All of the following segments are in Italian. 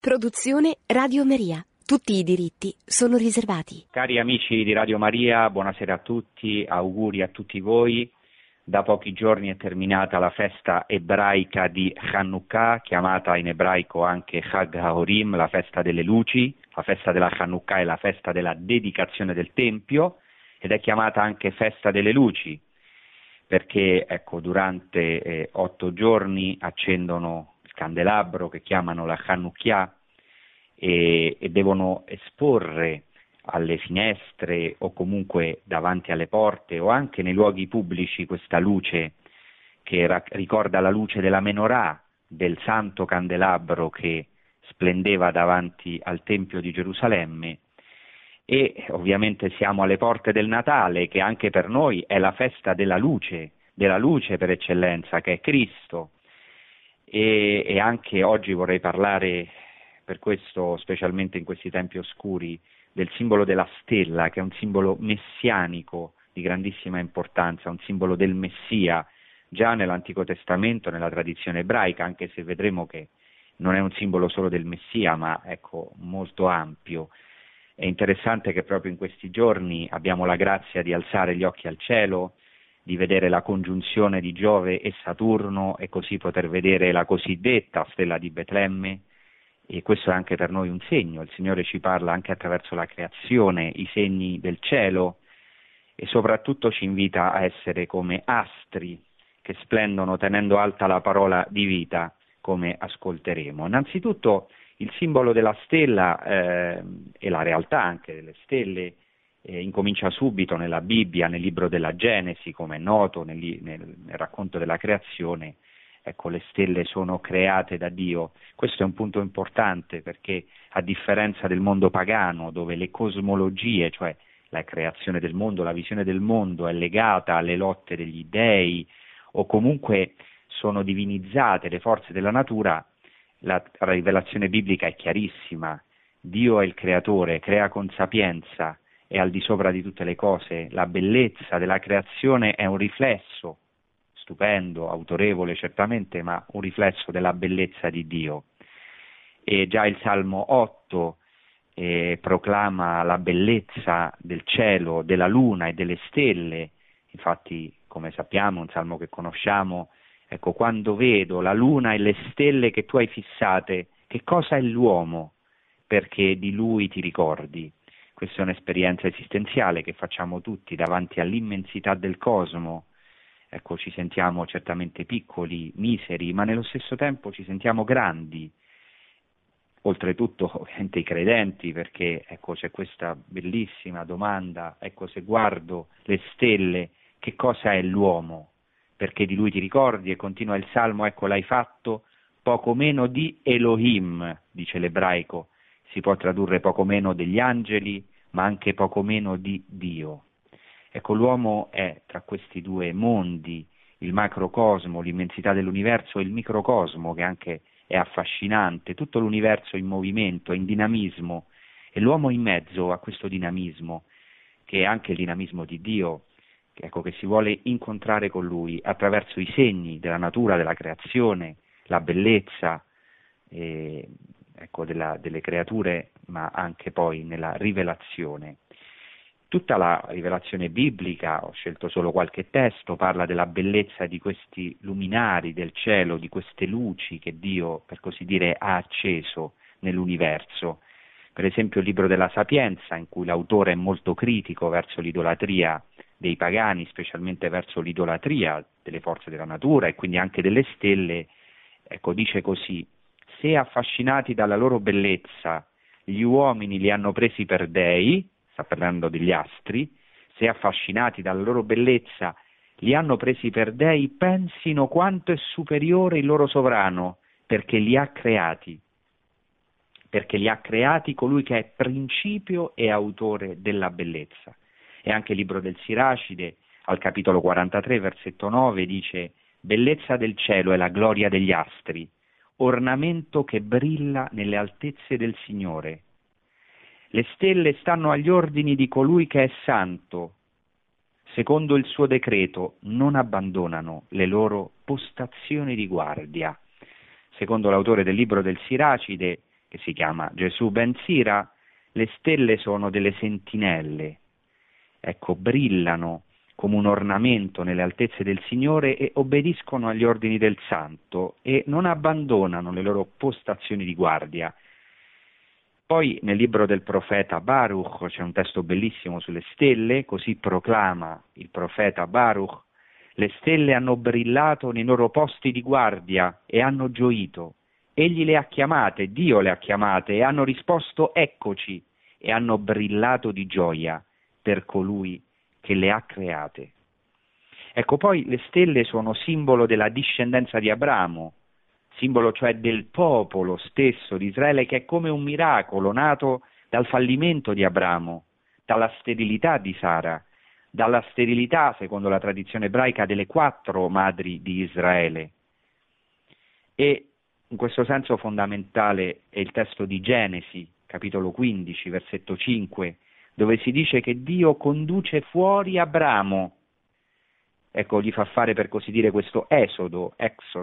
Produzione Radio Maria. Tutti i diritti sono riservati. Cari amici di Radio Maria, buonasera a tutti, auguri a tutti voi. Da pochi giorni è terminata la festa ebraica di Hanukkah, chiamata in ebraico anche Chag HaOrim, la festa delle luci. La festa della Hanukkah è la festa della dedicazione del Tempio ed è chiamata anche festa delle luci, perché durante 8 giorni accendono il candelabro che chiamano la Hanukkah e devono esporre alle finestre o comunque davanti alle porte o anche nei luoghi pubblici questa luce che ricorda la luce della menorah, del santo candelabro che splendeva davanti al Tempio di Gerusalemme. E ovviamente siamo alle porte del Natale, che anche per noi è la festa della luce per eccellenza, che è Cristo. E anche oggi vorrei parlare, per questo, specialmente in questi tempi oscuri, del simbolo della stella, che è un simbolo messianico di grandissima importanza, un simbolo del Messia, già nell'Antico Testamento, nella tradizione ebraica, anche se vedremo che non è un simbolo solo del Messia, ma molto ampio. È interessante che proprio in questi giorni abbiamo la grazia di alzare gli occhi al cielo, di vedere la congiunzione di Giove e Saturno e così poter vedere la cosiddetta stella di Betlemme. E questo è anche per noi un segno. Il Signore ci parla anche attraverso la creazione, i segni del cielo, e soprattutto ci invita a essere come astri che splendono tenendo alta la parola di vita, come ascolteremo. Innanzitutto il simbolo della stella e la realtà anche delle stelle incomincia subito nella Bibbia, nel libro della Genesi, come è noto, nel racconto della creazione. Le stelle sono create da Dio. Questo è un punto importante perché, a differenza del mondo pagano, dove le cosmologie, cioè la creazione del mondo, la visione del mondo, è legata alle lotte degli dei o comunque sono divinizzate le forze della natura, la rivelazione biblica è chiarissima. Dio è il creatore, crea con sapienza, è al di sopra di tutte le cose. La bellezza della creazione è un riflesso stupendo, autorevole certamente, ma un riflesso della bellezza di Dio. E già il Salmo 8 proclama la bellezza del cielo, della luna e delle stelle. Infatti, come sappiamo, un salmo che conosciamo, quando vedo la luna e le stelle che tu hai fissate, che cosa è l'uomo perché di lui ti ricordi? Questa è un'esperienza esistenziale che facciamo tutti davanti all'immensità del cosmo. Ci sentiamo certamente piccoli, miseri, ma nello stesso tempo ci sentiamo grandi. Oltretutto, ovviamente, i credenti, perché c'è questa bellissima domanda, se guardo le stelle, che cosa è l'uomo? Perché di lui ti ricordi? E continua il Salmo, l'hai fatto poco meno di Elohim, dice l'ebraico, si può tradurre poco meno degli angeli, ma anche poco meno di Dio. L'uomo è tra questi due mondi, il macrocosmo, l'immensità dell'universo, e il microcosmo, che anche è affascinante, tutto l'universo in movimento, in dinamismo, e l'uomo in mezzo a questo dinamismo, che è anche il dinamismo di Dio, che si vuole incontrare con Lui attraverso i segni della natura, della creazione, la bellezza delle creature, ma anche poi nella rivelazione. Tutta la rivelazione biblica, ho scelto solo qualche testo, parla della bellezza di questi luminari del cielo, di queste luci che Dio, per così dire, ha acceso nell'universo. Per esempio il libro della Sapienza, in cui l'autore è molto critico verso l'idolatria dei pagani, specialmente verso l'idolatria delle forze della natura e quindi anche delle stelle, dice così: se affascinati dalla loro bellezza gli uomini li hanno presi per dei, sta parlando degli astri, se affascinati dalla loro bellezza li hanno presi per dei, pensino quanto è superiore il loro sovrano, perché li ha creati colui che è principio e autore della bellezza. E anche il libro del Siracide, al capitolo 43, versetto 9, dice: bellezza del cielo è la gloria degli astri, ornamento che brilla nelle altezze del Signore. Le stelle stanno agli ordini di colui che è santo. Secondo il suo decreto non abbandonano le loro postazioni di guardia. Secondo l'autore del libro del Siracide, che si chiama Gesù ben Sira, le stelle sono delle sentinelle, ecco, brillano come un ornamento nelle altezze del Signore e obbediscono agli ordini del Santo e non abbandonano le loro postazioni di guardia. Poi nel libro del profeta Baruch c'è un testo bellissimo sulle stelle, così proclama il profeta Baruch: le stelle hanno brillato nei loro posti di guardia e hanno gioito. Egli le ha chiamate, Dio le ha chiamate e hanno risposto eccoci, e hanno brillato di gioia per colui che le ha create. Ecco, poi le stelle sono simbolo della discendenza di Abramo, simbolo cioè del popolo stesso di Israele, che è come un miracolo nato dal fallimento di Abramo, dalla sterilità di Sara, dalla sterilità, secondo la tradizione ebraica, delle 4 madri di Israele. E in questo senso fondamentale è il testo di Genesi, capitolo 15, versetto 5, dove si dice che Dio conduce fuori Abramo. Ecco, gli fa fare, per così dire, questo esodo,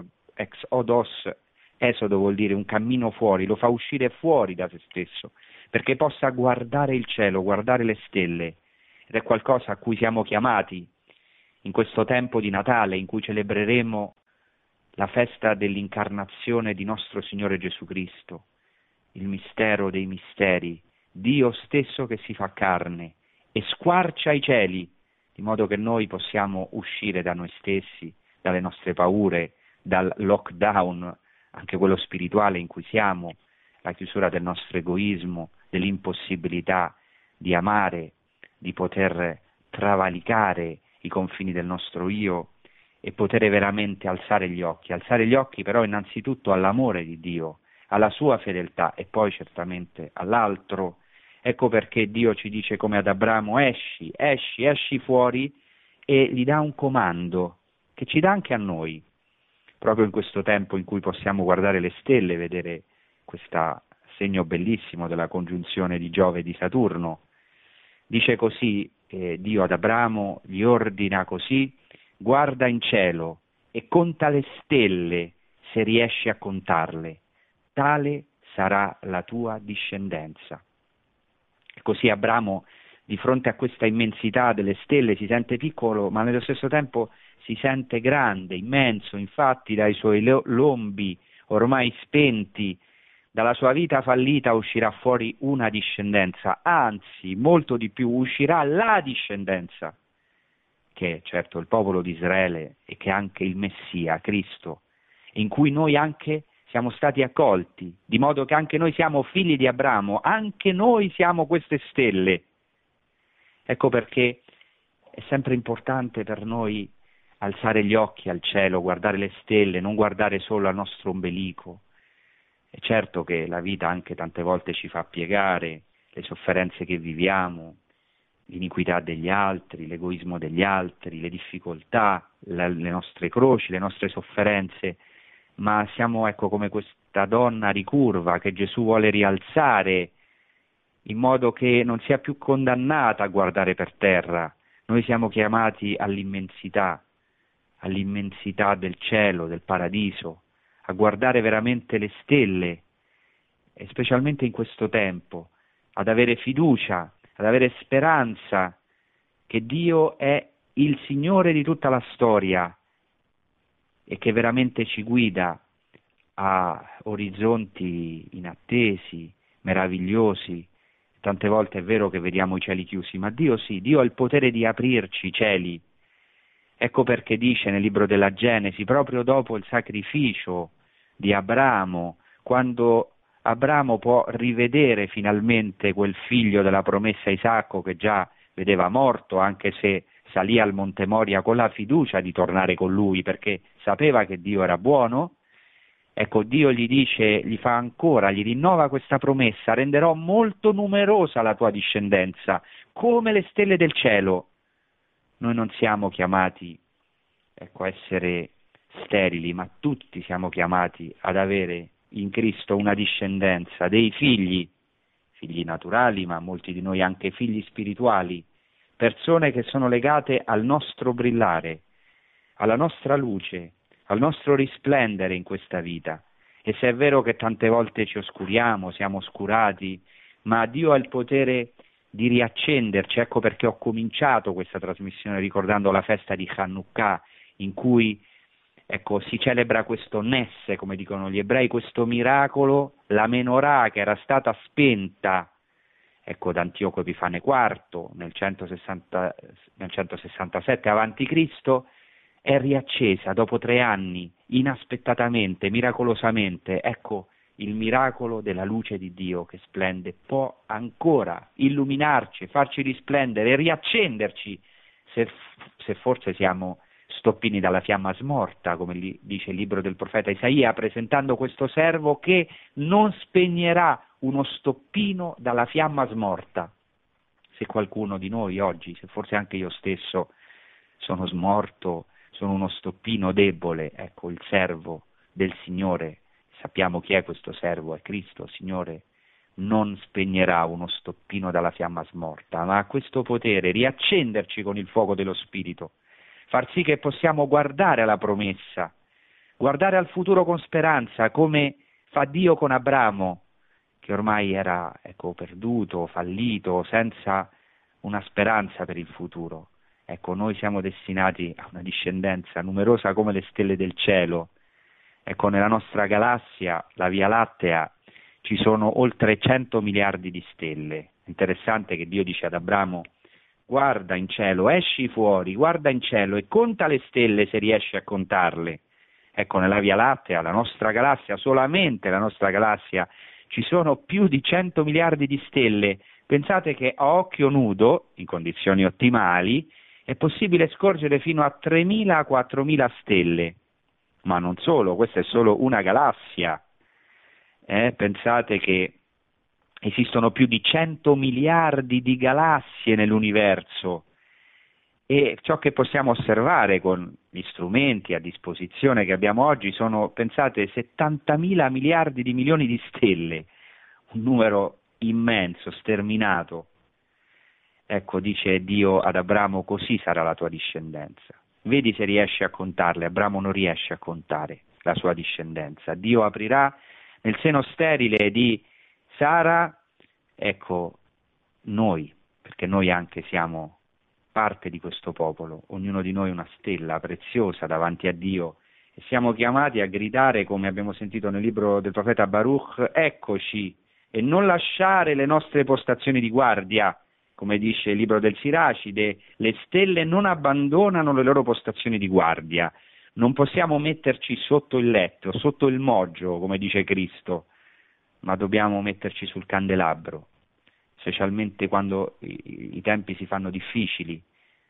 exodos, esodo vuol dire un cammino fuori, lo fa uscire fuori da se stesso, perché possa guardare il cielo, guardare le stelle, ed è qualcosa a cui siamo chiamati in questo tempo di Natale, in cui celebreremo la festa dell'incarnazione di nostro Signore Gesù Cristo, il mistero dei misteri, Dio stesso che si fa carne e squarcia i cieli, di modo che noi possiamo uscire da noi stessi, dalle nostre paure, dal lockdown, anche quello spirituale in cui siamo, la chiusura del nostro egoismo, dell'impossibilità di amare, di poter travalicare i confini del nostro io e poter veramente alzare gli occhi però innanzitutto all'amore di Dio, alla sua fedeltà e poi certamente all'altro. Ecco perché Dio ci dice come ad Abramo: esci fuori, e gli dà un comando che ci dà anche a noi, proprio in questo tempo in cui possiamo guardare le stelle, vedere questo segno bellissimo della congiunzione di Giove e di Saturno. Dice così Dio ad Abramo, gli ordina così: guarda in cielo e conta le stelle se riesci a contarle, tale sarà la tua discendenza. E così Abramo, di fronte a questa immensità delle stelle, si sente piccolo, ma nello stesso tempo si sente grande, immenso. Infatti dai suoi lombi ormai spenti, dalla sua vita fallita uscirà fuori una discendenza, anzi molto di più, uscirà la discendenza, che è certo il popolo di Israele e che è anche il Messia, Cristo, in cui noi anche siamo stati accolti, di modo che anche noi siamo figli di Abramo, anche noi siamo queste stelle. Ecco perché è sempre importante per noi alzare gli occhi al cielo, guardare le stelle, non guardare solo al nostro ombelico. È certo che la vita anche tante volte ci fa piegare, le sofferenze che viviamo, l'iniquità degli altri, l'egoismo degli altri, le difficoltà, le nostre croci, le nostre sofferenze, ma siamo, ecco, come questa donna ricurva che Gesù vuole rialzare in modo che non sia più condannata a guardare per terra. Noi siamo chiamati all'immensità del cielo, del paradiso, a guardare veramente le stelle, e specialmente in questo tempo, ad avere fiducia, ad avere speranza che Dio è il Signore di tutta la storia e che veramente ci guida a orizzonti inattesi, meravigliosi. Tante volte è vero che vediamo i cieli chiusi, ma Dio sì, Dio ha il potere di aprirci i cieli. Ecco perché dice nel libro della Genesi, proprio dopo il sacrificio di Abramo, quando Abramo può rivedere finalmente quel figlio della promessa Isacco che già vedeva morto, anche se salì al Monte Moria con la fiducia di tornare con lui perché sapeva che Dio era buono. Ecco, Dio gli dice, gli fa ancora, gli rinnova questa promessa: renderò molto numerosa la tua discendenza, come le stelle del cielo. Noi non siamo chiamati, ecco, a essere sterili, ma tutti siamo chiamati ad avere in Cristo una discendenza, dei figli naturali, ma molti di noi anche figli spirituali, persone che sono legate al nostro brillare, alla nostra luce, al nostro risplendere in questa vita. E se è vero che tante volte ci oscuriamo, siamo oscurati, ma Dio ha il potere di riaccenderci. Ecco perché ho cominciato questa trasmissione ricordando la festa di Hanukkah, in cui si celebra questo Nesse, come dicono gli ebrei, questo miracolo, la menorah che era stata spenta da Antioco Epifane IV nel 167 a.C., è riaccesa dopo 3 anni, inaspettatamente, miracolosamente. Ecco il miracolo della luce di Dio che splende, può ancora illuminarci, farci risplendere, riaccenderci, se forse siamo stoppini dalla fiamma smorta, come dice il libro del profeta Isaia, presentando questo servo che non spegnerà uno stoppino dalla fiamma smorta. Se qualcuno di noi oggi, se forse anche io stesso, sono smorto, sono uno stoppino debole, ecco il servo del Signore, sappiamo chi è questo servo, è Cristo, Signore, non spegnerà uno stoppino dalla fiamma smorta, ma ha questo potere, riaccenderci con il fuoco dello Spirito, far sì che possiamo guardare alla promessa, guardare al futuro con speranza, come fa Dio con Abramo, che ormai era perduto, fallito, senza una speranza per il futuro. Ecco, noi siamo destinati a una discendenza numerosa come le stelle del cielo. Ecco, nella nostra galassia, la Via Lattea, ci sono oltre 100 miliardi di stelle. Interessante che Dio dice ad Abramo: guarda in cielo, esci fuori, guarda in cielo e conta le stelle se riesci a contarle. Ecco, nella Via Lattea, la nostra galassia, solamente la nostra galassia, ci sono più di 100 miliardi di stelle. Pensate che a occhio nudo, in condizioni ottimali, è possibile scorgere fino a 3.000-4.000 stelle. Ma non solo, questa è solo una galassia. Pensate che esistono più di 100 miliardi di galassie nell'universo e ciò che possiamo osservare con gli strumenti a disposizione che abbiamo oggi sono, pensate, 70.000 miliardi di milioni di stelle, un numero immenso, sterminato. Ecco, dice Dio ad Abramo: così sarà la tua discendenza. Vedi se riesci a contarle. Abramo non riesce a contare la sua discendenza. Dio aprirà nel seno sterile di Sara, noi, perché noi anche siamo parte di questo popolo, ognuno di noi una stella preziosa davanti a Dio, e siamo chiamati a gridare, come abbiamo sentito nel libro del profeta Baruch: eccoci, e non lasciare le nostre postazioni di guardia. Come dice il libro del Siracide, le stelle non abbandonano le loro postazioni di guardia. Non possiamo metterci sotto il letto, sotto il moggio, come dice Cristo, ma dobbiamo metterci sul candelabro, specialmente quando i tempi si fanno difficili.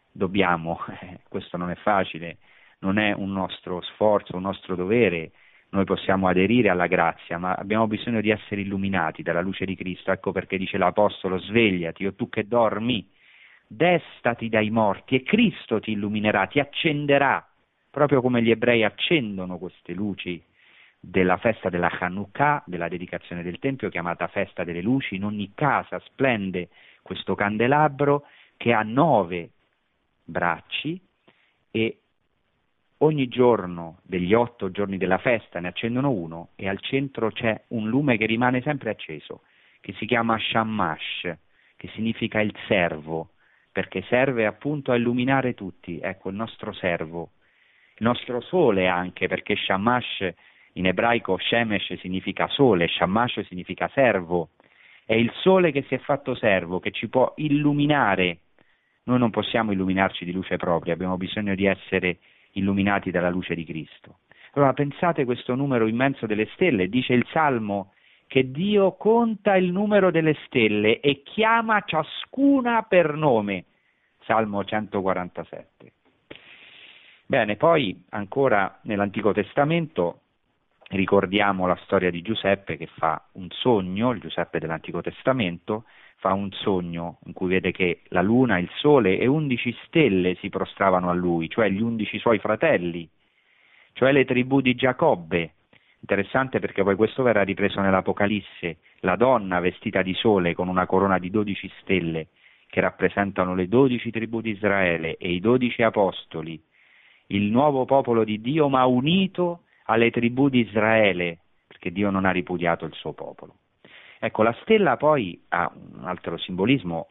Questo non è facile, non è un nostro sforzo, un nostro dovere. Noi possiamo aderire alla grazia, ma abbiamo bisogno di essere illuminati dalla luce di Cristo. Ecco perché dice l'Apostolo: svegliati, o tu che dormi, destati dai morti e Cristo ti illuminerà, ti accenderà, proprio come gli ebrei accendono queste luci della festa della Hanukkah, della dedicazione del Tempio, chiamata festa delle luci. In ogni casa splende questo candelabro che ha 9 bracci e ogni giorno degli 8 giorni della festa ne accendono uno, e al centro c'è un lume che rimane sempre acceso, che si chiama Shamash, che significa il servo, perché serve appunto a illuminare tutti. Ecco, il nostro servo, il nostro sole anche, perché Shamash in ebraico, Shemesh significa sole, Shamash significa servo. È il sole che si è fatto servo, che ci può illuminare. Noi non possiamo illuminarci di luce propria, abbiamo bisogno di essere illuminati dalla luce di Cristo. Allora pensate questo numero immenso delle stelle. Dice il Salmo che Dio conta il numero delle stelle e chiama ciascuna per nome. Salmo 147. Bene, poi ancora nell'Antico Testamento ricordiamo la storia di Giuseppe che fa un sogno, il Giuseppe dell'Antico Testamento, fa un sogno in cui vede che la luna, il sole e 11 stelle si prostravano a lui, cioè gli 11 suoi fratelli, cioè le tribù di Giacobbe. Interessante perché poi questo verrà ripreso nell'Apocalisse, la donna vestita di sole con una corona di 12 stelle che rappresentano le 12 tribù di Israele e i 12 apostoli, il nuovo popolo di Dio ma unito alle tribù di Israele, perché Dio non ha ripudiato il suo popolo. Ecco, la stella poi ha un altro simbolismo,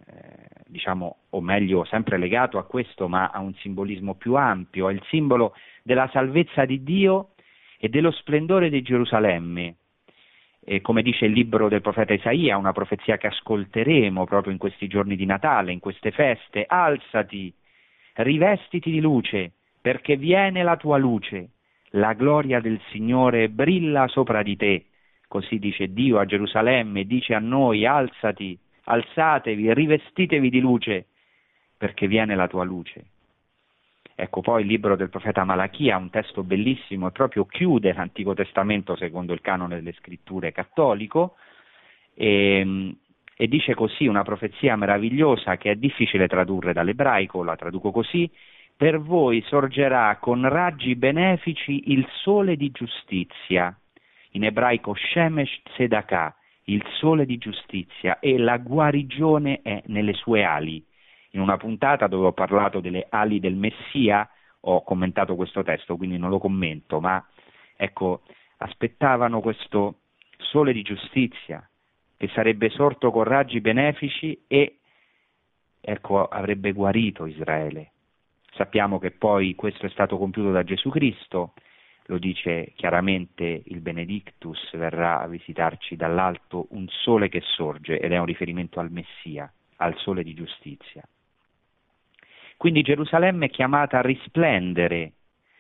o meglio, sempre legato a questo, ma ha un simbolismo più ampio, è il simbolo della salvezza di Dio e dello splendore di Gerusalemme. E come dice il libro del profeta Isaia, una profezia che ascolteremo proprio in questi giorni di Natale, in queste feste: alzati, rivestiti di luce, perché viene la tua luce, la gloria del Signore brilla sopra di te. Così dice Dio a Gerusalemme, dice a noi: alzati, alzatevi, rivestitevi di luce, perché viene la tua luce. Ecco, poi il libro del profeta Malachia, un testo bellissimo, e proprio chiude l'Antico Testamento secondo il canone delle scritture cattolico, e dice così, una profezia meravigliosa che è difficile tradurre dall'ebraico, la traduco così: per voi sorgerà con raggi benefici il sole di giustizia, in ebraico Shemesh Tzedakah, il sole di giustizia, e la guarigione è nelle sue ali. In una puntata dove ho parlato delle ali del Messia ho commentato questo testo, quindi non lo commento, ma ecco, aspettavano questo sole di giustizia che sarebbe sorto con raggi benefici e ecco, avrebbe guarito Israele. Sappiamo che poi questo è stato compiuto da Gesù Cristo, lo dice chiaramente il Benedictus, verrà a visitarci dall'alto un sole che sorge, ed è un riferimento al Messia, al sole di giustizia. Quindi Gerusalemme è chiamata a risplendere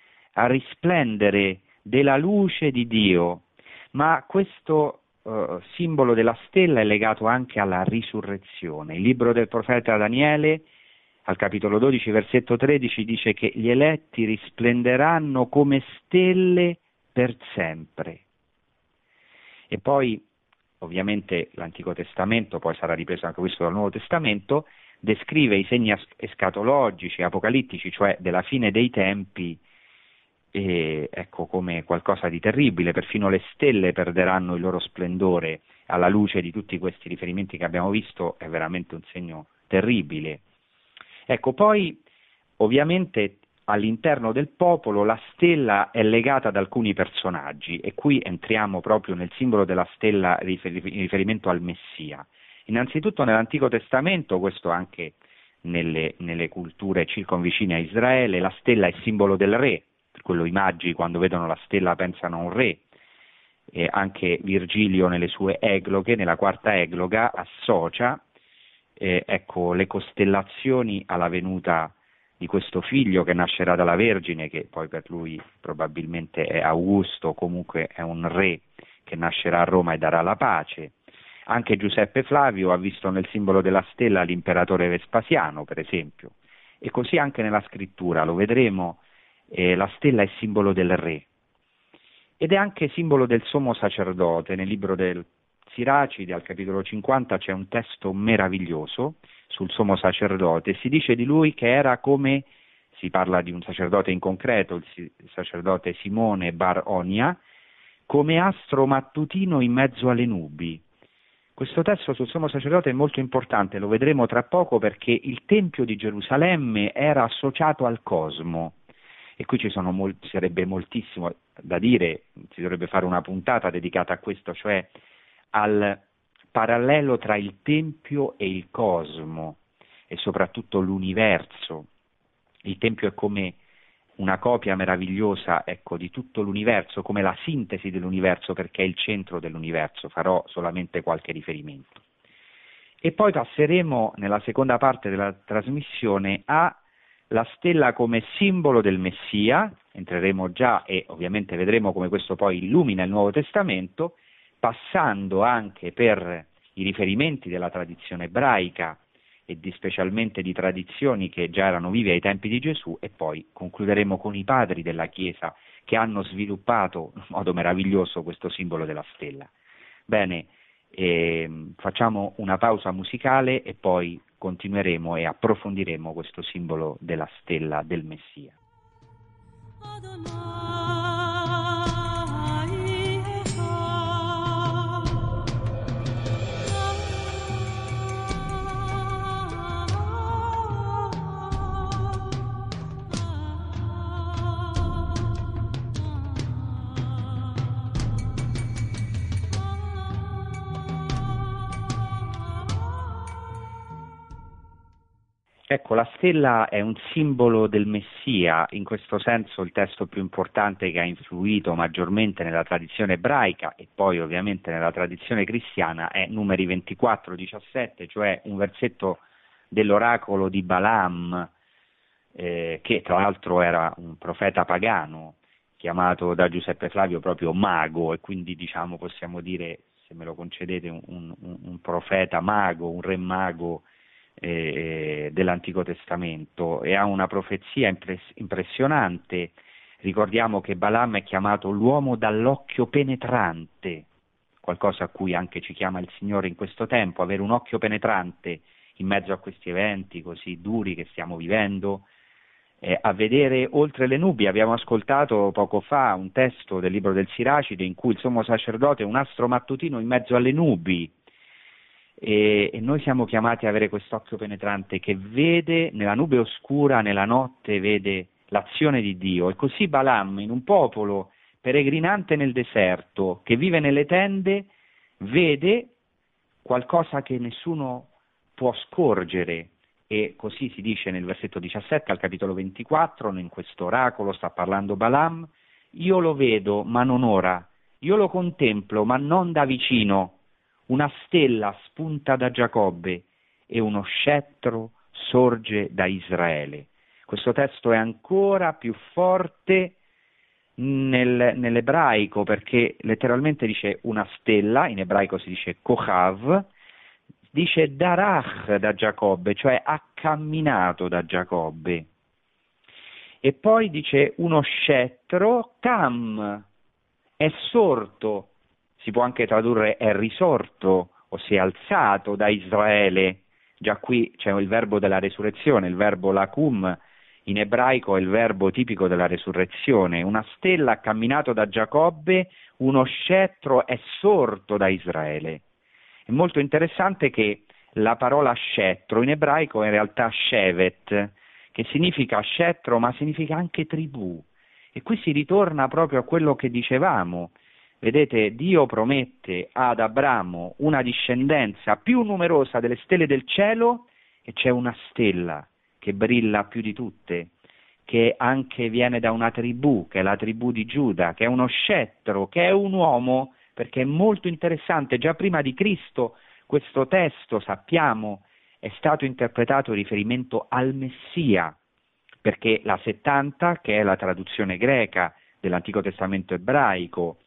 della luce di Dio, ma questo simbolo della stella è legato anche alla risurrezione. Il libro del profeta Daniele, al capitolo 12, versetto 13, dice che gli eletti risplenderanno come stelle per sempre. E poi, ovviamente, l'Antico Testamento, poi sarà ripreso anche questo dal Nuovo Testamento, descrive i segni escatologici, apocalittici, cioè della fine dei tempi, ecco, come qualcosa di terribile. Perfino le stelle perderanno il loro splendore alla luce di tutti questi riferimenti che abbiamo visto. È veramente un segno terribile. Ecco, poi ovviamente all'interno del popolo la stella è legata ad alcuni personaggi, e qui entriamo proprio nel simbolo della stella in riferimento al Messia. Innanzitutto nell'Antico Testamento, questo anche nelle culture circonvicine a Israele, la stella è simbolo del re, per quello i magi quando vedono la stella pensano a un re. Anche Virgilio nelle sue egloghe, nella quarta egloga, associa ecco, le costellazioni alla venuta di questo figlio che nascerà dalla Vergine, che poi per lui probabilmente è Augusto, comunque è un re che nascerà a Roma e darà la pace. Anche Giuseppe Flavio ha visto nel simbolo della stella l'imperatore Vespasiano, per esempio, e così anche nella scrittura, lo vedremo, la stella è simbolo del re, ed è anche simbolo del sommo sacerdote. Nel libro del Siracide, al capitolo 50, c'è un testo meraviglioso sul sommo sacerdote. Si dice di lui che era come, si parla di un sacerdote in concreto, il sacerdote Simone Bar Onia, come astro mattutino in mezzo alle nubi. Questo testo sul sommo sacerdote è molto importante, lo vedremo tra poco, perché il Tempio di Gerusalemme era associato al cosmo, e qui sarebbe moltissimo da dire, si dovrebbe fare una puntata dedicata a questo, cioè al parallelo tra il Tempio e il cosmo, e soprattutto l'universo. Il Tempio è come una copia meravigliosa, ecco, di tutto l'universo, come la sintesi dell'universo, perché è il centro dell'universo. Farò solamente qualche riferimento. E poi passeremo nella seconda parte della trasmissione alla stella come simbolo del Messia. Entreremo già, e ovviamente vedremo come questo poi illumina il Nuovo Testamento, passando anche per i riferimenti della tradizione ebraica e specialmente di tradizioni che già erano vive ai tempi di Gesù, e poi concluderemo con i padri della Chiesa che hanno sviluppato in modo meraviglioso questo simbolo della stella. Bene, facciamo una pausa musicale e poi continueremo e approfondiremo questo simbolo della stella del Messia. Ecco, la stella è un simbolo del Messia, in questo senso il testo più importante che ha influito maggiormente nella tradizione ebraica e poi ovviamente nella tradizione cristiana è Numeri 24:17, cioè un versetto dell'oracolo di Balaam, che tra l'altro era un profeta pagano, chiamato da Giuseppe Flavio proprio mago, e quindi diciamo possiamo dire, se me lo concedete, un profeta mago, un re mago dell'Antico Testamento, e ha una profezia impressionante. Ricordiamo che Balaam è chiamato l'uomo dall'occhio penetrante, qualcosa a cui anche ci chiama il Signore in questo tempo, avere un occhio penetrante in mezzo a questi eventi così duri che stiamo vivendo, a vedere oltre le nubi. Abbiamo ascoltato poco fa un testo del libro del Siracide in cui il sommo sacerdote è un astro mattutino in mezzo alle nubi, e noi siamo chiamati a avere quest'occhio penetrante che vede nella nube oscura, nella notte vede l'azione di Dio. E così Balaam, in un popolo peregrinante nel deserto che vive nelle tende, vede qualcosa che nessuno può scorgere. E così si dice nel versetto 17 al capitolo 24, in questo oracolo sta parlando Balaam: io lo vedo ma non ora, io lo contemplo ma non da vicino, una stella spunta da Giacobbe e uno scettro sorge da Israele. Questo testo è ancora più forte nell'ebraico, perché letteralmente dice una stella, in ebraico si dice kochav, dice darach da Giacobbe, cioè ha camminato da Giacobbe. E poi dice uno scettro, kam, è sorto, si può anche tradurre è risorto o si è alzato da Israele. Già qui c'è il verbo della resurrezione, il verbo lakum in ebraico è il verbo tipico della resurrezione. Una stella ha camminato da Giacobbe, uno scettro è sorto da Israele. È molto interessante che la parola scettro in ebraico è in realtà shevet, che significa scettro ma significa anche tribù. E qui si ritorna proprio a quello che dicevamo. Vedete, Dio promette ad Abramo una discendenza più numerosa delle stelle del cielo, e c'è una stella che brilla più di tutte, che anche viene da una tribù, che è la tribù di Giuda, che è uno scettro, che è un uomo, perché è molto interessante. Già prima di Cristo questo testo, sappiamo, è stato interpretato in riferimento al Messia, perché la 70, che è la traduzione greca dell'Antico Testamento ebraico,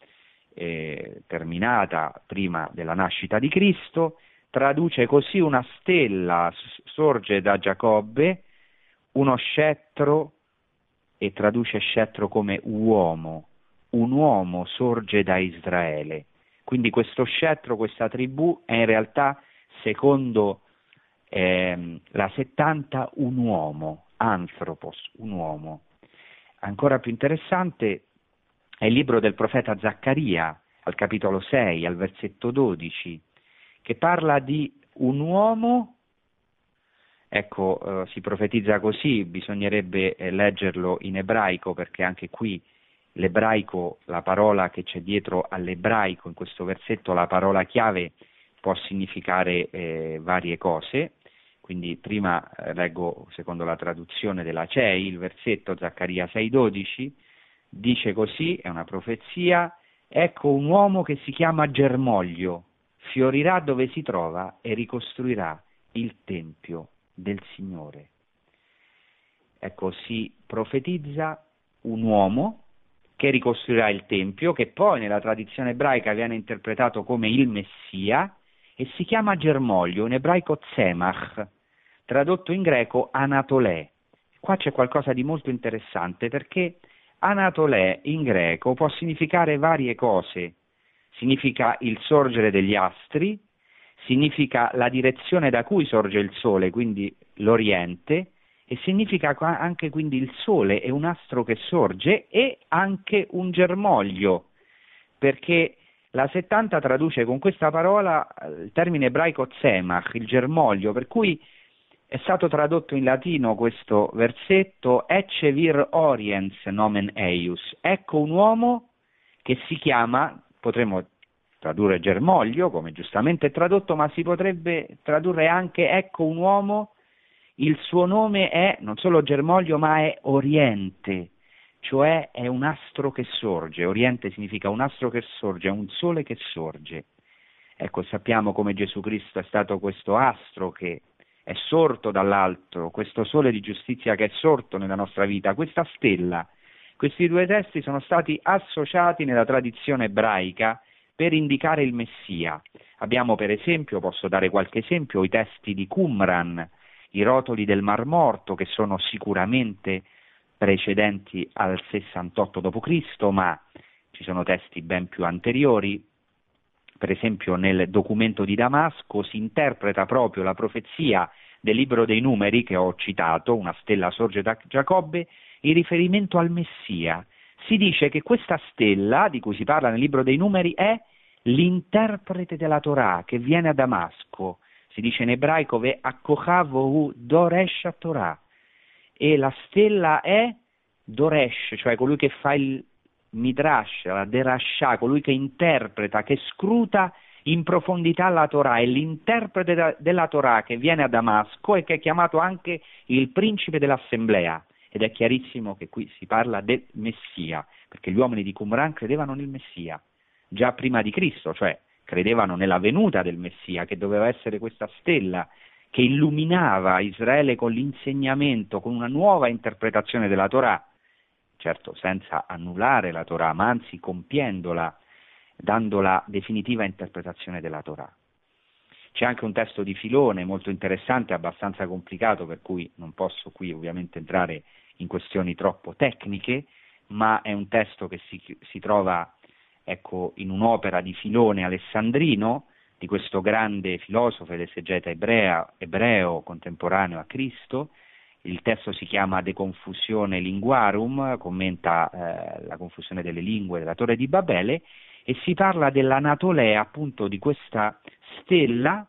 terminata prima della nascita di Cristo, traduce così una stella sorge da Giacobbe, uno scettro, e traduce scettro come uomo, un uomo sorge da Israele. Quindi questo scettro, questa tribù è in realtà, secondo la 70, un uomo, anthropos, un uomo. Ancora più interessante è il libro del profeta Zaccaria, al capitolo 6, al versetto 12, che parla di un uomo. Ecco, si profetizza così, bisognerebbe leggerlo in ebraico, perché anche qui l'ebraico, la parola che c'è dietro all'ebraico in questo versetto, la parola chiave, può significare varie cose. Quindi prima leggo secondo la traduzione della CEI, il versetto Zaccaria 6,12, dice così, è una profezia: ecco un uomo che si chiama Germoglio, fiorirà dove si trova e ricostruirà il Tempio del Signore. Ecco, si profetizza un uomo che ricostruirà il Tempio, che poi nella tradizione ebraica viene interpretato come il Messia, e si chiama Germoglio, in ebraico Tzemach, tradotto in greco Anatolè. Qua c'è qualcosa di molto interessante, perché Anatolè in greco può significare varie cose. Significa il sorgere degli astri, significa la direzione da cui sorge il sole, quindi l'Oriente, e significa anche quindi il sole è un astro che sorge, e anche un germoglio, perché la 70 traduce con questa parola il termine ebraico tzemach, il germoglio, per cui è stato tradotto in latino questo versetto ecce vir oriens nomen eius, ecco un uomo che si chiama, potremmo tradurre germoglio come giustamente è tradotto, ma si potrebbe tradurre anche ecco un uomo Il suo nome è non solo germoglio, ma è Oriente, cioè è un astro che sorge. Oriente significa un astro che sorge, è un sole che sorge. Ecco, sappiamo come Gesù Cristo è stato questo astro che è sorto dall'alto, questo sole di giustizia che è sorto nella nostra vita, questa stella. Questi due testi sono stati associati nella tradizione ebraica per indicare il Messia. Abbiamo per esempio, posso dare qualche esempio, i testi di Qumran, i rotoli del Mar Morto, che sono sicuramente precedenti al 68 d.C., ma ci sono testi ben più anteriori. Per esempio nel documento di Damasco si interpreta proprio la profezia del libro dei Numeri, che ho citato, una stella sorge da Giacobbe, in riferimento al Messia. Si dice che questa stella, di cui si parla nel libro dei Numeri, è l'interprete della Torah, che viene a Damasco. Si dice in ebraico ve akkochav doresh Torah, e la stella è Doresh, cioè colui che fa il Midrash, la Derashah, colui che interpreta, che scruta in profondità la Torah, è l'interprete della Torah che viene a Damasco e che è chiamato anche il principe dell'assemblea. Ed è chiarissimo che qui si parla del Messia, perché gli uomini di Qumran credevano nel Messia, già prima di Cristo, cioè credevano nella venuta del Messia, che doveva essere questa stella che illuminava Israele con l'insegnamento, con una nuova interpretazione della Torah, certo senza annullare la Torah, ma anzi compiendola, dando la definitiva interpretazione della Torah. C'è anche un testo di Filone molto interessante, abbastanza complicato, per cui non posso qui ovviamente entrare in questioni troppo tecniche, ma è un testo che si trova, ecco, in un'opera di Filone alessandrino, di questo grande filosofo ed esegeta ebreo contemporaneo a Cristo. Il testo si chiama De Confusione Linguarum, commenta la confusione delle lingue della Torre di Babele, e si parla dell'Anatolea, appunto, di questa stella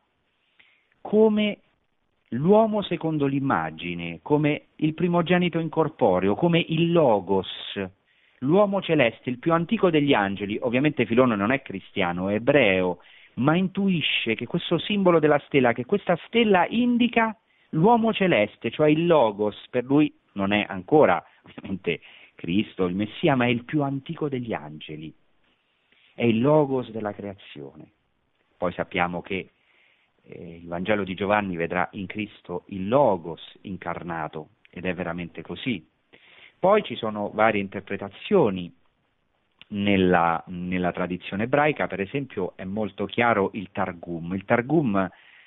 come l'uomo secondo l'immagine, come il primogenito incorporeo, come il Logos, l'uomo celeste, il più antico degli angeli. Ovviamente Filone non è cristiano, è ebreo, ma intuisce che questo simbolo della stella, che questa stella indica l'uomo celeste, cioè il Logos. Per lui non è ancora ovviamente Cristo, il Messia, ma è il più antico degli angeli, è il Logos della creazione. Poi sappiamo che il Vangelo di Giovanni vedrà in Cristo il Logos incarnato, ed è veramente così. Poi ci sono varie interpretazioni nella tradizione ebraica. Per esempio è molto chiaro il Targum. Il Targum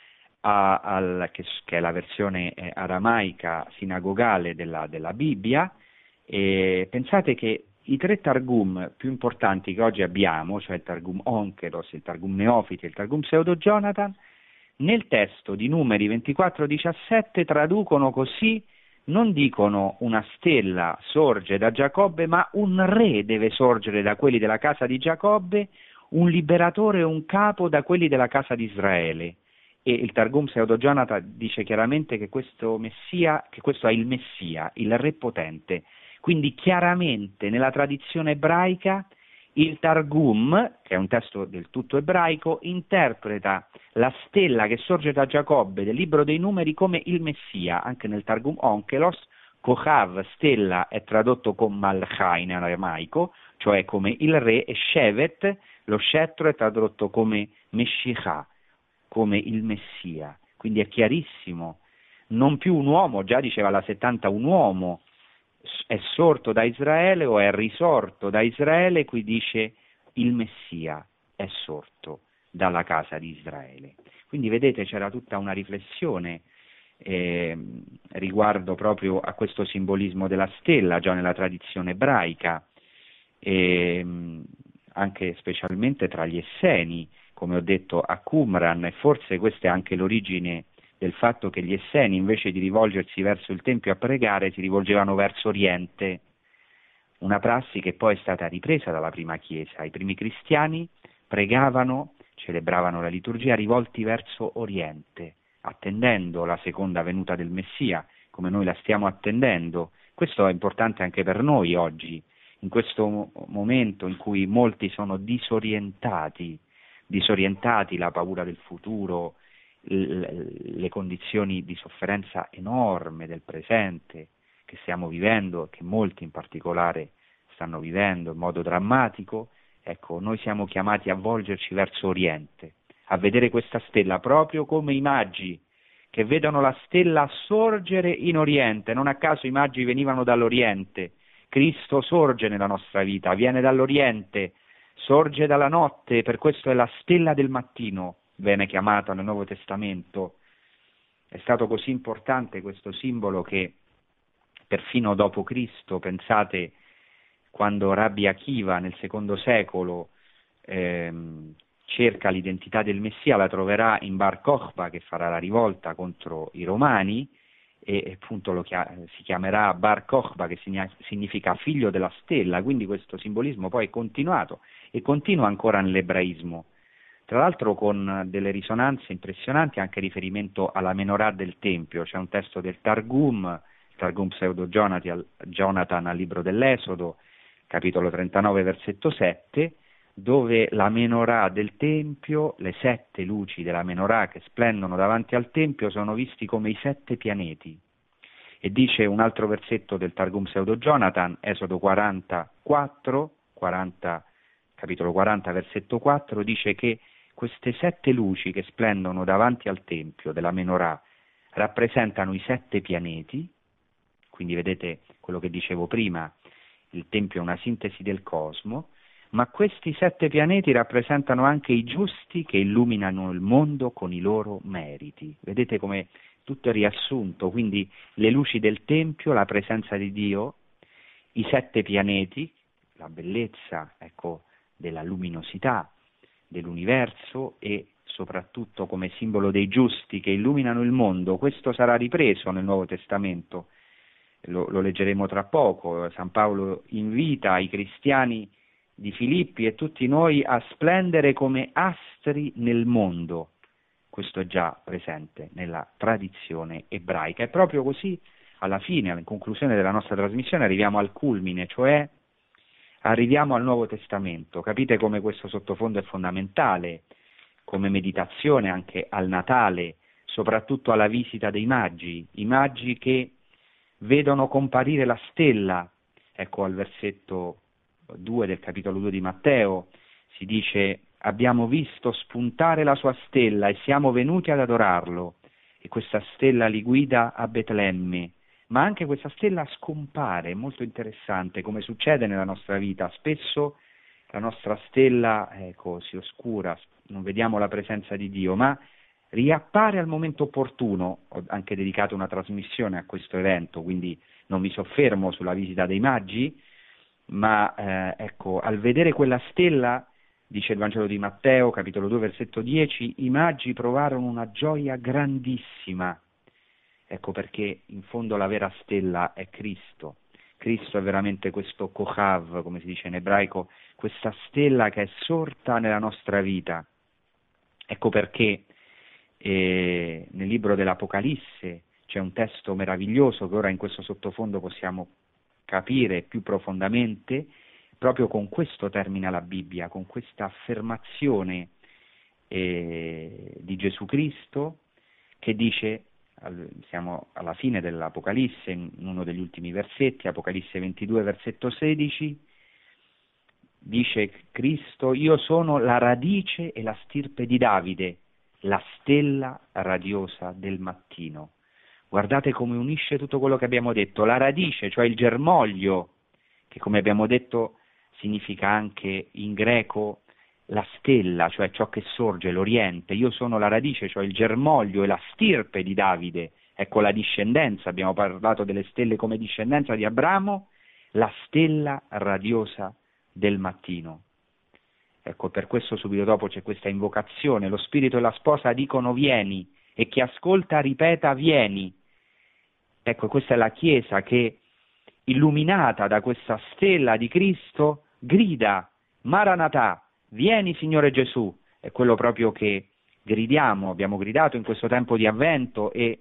che è la versione aramaica sinagogale della Bibbia, e pensate che i tre Targum più importanti che oggi abbiamo, cioè il Targum Onkelos, il Targum Neofiti e il Targum Pseudo-Jonathan, nel testo di Numeri 24:17 traducono così: non dicono una stella sorge da Giacobbe, ma un re deve sorgere da quelli della casa di Giacobbe, un liberatore e un capo da quelli della casa di Israele. E il Targum Pseudo-Jonathan dice chiaramente che questo è il Messia, il re potente. Quindi chiaramente nella tradizione ebraica il Targum, che è un testo del tutto ebraico, interpreta la stella che sorge da Giacobbe del libro dei Numeri come il Messia. Anche nel Targum Onkelos, Kochav, stella, è tradotto con Malchai in aramaico, cioè come il re, e Shevet, lo scettro, è tradotto come Meshiach, come il Messia. Quindi è chiarissimo, non più un uomo, già diceva la 70, un uomo è sorto da Israele o è risorto da Israele, qui dice il Messia è sorto dalla casa di Israele. Quindi vedete, c'era tutta una riflessione riguardo proprio a questo simbolismo della stella già nella tradizione ebraica, anche specialmente tra gli Esseni, come ho detto a Qumran, e forse questa è anche l'origine del fatto che gli Esseni, invece di rivolgersi verso il Tempio a pregare, si rivolgevano verso Oriente, una prassi che poi è stata ripresa dalla prima Chiesa. I primi cristiani pregavano, celebravano la liturgia rivolti verso Oriente, attendendo la seconda venuta del Messia, come noi la stiamo attendendo. Questo è importante anche per noi oggi, in questo momento in cui molti sono disorientati, la paura del futuro, le condizioni di sofferenza enorme del presente che stiamo vivendo, che molti in particolare stanno vivendo in modo drammatico, ecco, noi siamo chiamati a volgerci verso Oriente, a vedere questa stella proprio come i magi che vedono la stella sorgere in Oriente. Non a caso i magi venivano dall'Oriente. Cristo sorge nella nostra vita, viene dall'Oriente, sorge dalla notte, per questo è la stella del mattino, viene chiamata nel Nuovo Testamento. È stato così importante questo simbolo che perfino dopo Cristo, pensate, quando Rabbi Akiva nel II secolo cerca l'identità del Messia, la troverà in Bar Kokhba, che farà la rivolta contro i Romani, e appunto si chiamerà Bar Kokhba, che significa figlio della stella, quindi questo simbolismo poi è continuato e continua ancora nell'ebraismo, tra l'altro con delle risonanze impressionanti, anche riferimento alla menorah del Tempio. C'è un testo del Targum Pseudo Jonathan al libro dell'Esodo, capitolo 39, versetto 7, dove la menorah del Tempio, le 7 luci della menorah che splendono davanti al Tempio sono visti come i 7 pianeti. E dice un altro versetto del Targum Pseudo Jonathan, Esodo 40, capitolo 40, versetto 4, dice che queste 7 luci che splendono davanti al Tempio della menorah rappresentano i 7 pianeti, quindi vedete quello che dicevo prima, il Tempio è una sintesi del cosmo, ma questi 7 pianeti rappresentano anche i giusti che illuminano il mondo con i loro meriti. Vedete come tutto è riassunto, quindi le luci del Tempio, la presenza di Dio, i 7 pianeti, la bellezza, ecco, della luminosità dell'universo e soprattutto come simbolo dei giusti che illuminano il mondo. Questo sarà ripreso nel Nuovo Testamento, lo leggeremo tra poco. San Paolo invita i cristiani di Filippi e tutti noi a splendere come astri nel mondo. Questo è già presente nella tradizione ebraica. E proprio così, alla fine, in conclusione della nostra trasmissione, arriviamo al culmine, cioè arriviamo al Nuovo Testamento. Capite come questo sottofondo è fondamentale, come meditazione anche al Natale, soprattutto alla visita dei magi, i magi che vedono comparire la stella. Ecco, al versetto 2 del capitolo 2 di Matteo si dice: abbiamo visto spuntare la sua stella e siamo venuti ad adorarlo, e questa stella li guida a Betlemme. Ma anche questa stella scompare, è molto interessante, come succede nella nostra vita. Spesso la nostra stella, ecco, si oscura, non vediamo la presenza di Dio, ma riappare al momento opportuno. Ho anche dedicato una trasmissione a questo evento, quindi non mi soffermo sulla visita dei magi, ma ecco, al vedere quella stella, dice il Vangelo di Matteo, capitolo 2, versetto 10, i magi provarono una gioia grandissima. Ecco perché in fondo la vera stella è Cristo. Cristo è veramente questo Kohav, come si dice in ebraico, questa stella che è sorta nella nostra vita. Ecco perché nel libro dell'Apocalisse c'è un testo meraviglioso che ora in questo sottofondo possiamo capire più profondamente. Proprio con questo termina la Bibbia, con questa affermazione di Gesù Cristo, che dice, siamo alla fine dell'Apocalisse, in uno degli ultimi versetti, Apocalisse 22, versetto 16, dice Cristo: io sono la radice e la stirpe di Davide, la stella radiosa del mattino. Guardate come unisce tutto quello che abbiamo detto, la radice, cioè il germoglio, che come abbiamo detto significa anche in greco la stella, cioè ciò che sorge, l'Oriente. Io sono la radice, cioè il germoglio e la stirpe di Davide. Ecco la discendenza, abbiamo parlato delle stelle come discendenza di Abramo, la stella radiosa del mattino. Ecco, per questo subito dopo c'è questa invocazione, lo spirito e la sposa dicono vieni, e chi ascolta ripeta vieni. Ecco, questa è la Chiesa che, illuminata da questa stella di Cristo, grida Maranatha, vieni Signore Gesù. È quello proprio che gridiamo, abbiamo gridato in questo tempo di Avvento e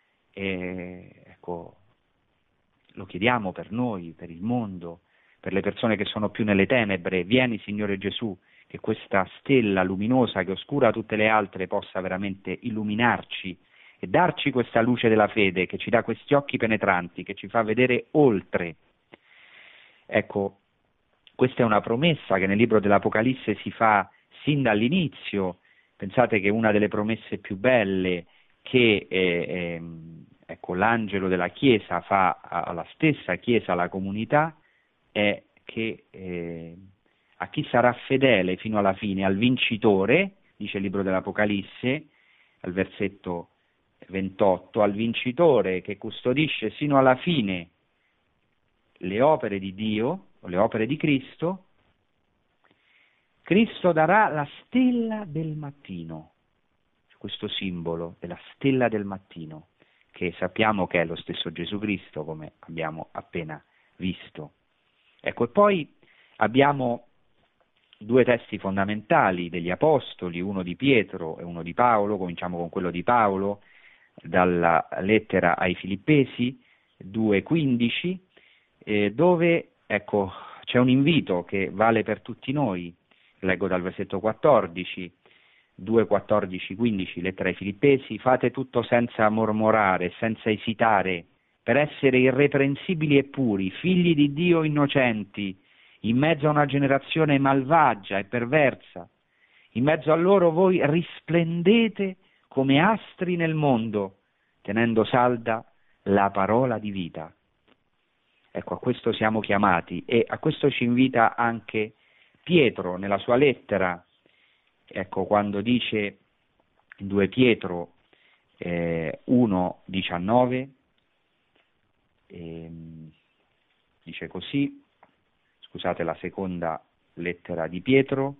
ecco, lo chiediamo per noi, per il mondo, per le persone che sono più nelle tenebre. Vieni Signore Gesù, che questa stella luminosa che oscura tutte le altre possa veramente illuminarci e darci questa luce della fede, che ci dà questi occhi penetranti, che ci fa vedere oltre. Ecco, questa è una promessa che nel libro dell'Apocalisse si fa sin dall'inizio. Pensate che una delle promesse più belle che ecco, l'angelo della Chiesa fa alla stessa Chiesa, alla comunità, è che a chi sarà fedele fino alla fine, al vincitore, dice il libro dell'Apocalisse, al versetto 28, al vincitore che custodisce sino alla fine le opere di Dio, o le opere di Cristo, Cristo darà la stella del mattino, questo simbolo della stella del mattino, che sappiamo che è lo stesso Gesù Cristo, come abbiamo appena visto. Ecco, e poi abbiamo due testi fondamentali degli Apostoli, uno di Pietro e uno di Paolo. Cominciamo con quello di Paolo, dalla lettera ai Filippesi 2,15, dove ecco, c'è un invito che vale per tutti noi. Leggo dal versetto 14, 2,14, 15, lettera ai Filippesi: fate tutto senza mormorare, senza esitare, per essere irreprensibili e puri, figli di Dio innocenti, in mezzo a una generazione malvagia e perversa. In mezzo a loro voi risplendete come astri nel mondo, tenendo salda la parola di vita. Ecco, a questo siamo chiamati, e a questo ci invita anche Pietro nella sua lettera. Ecco, quando dice in 2 Pietro 1,19, dice così, scusate, la seconda lettera di Pietro,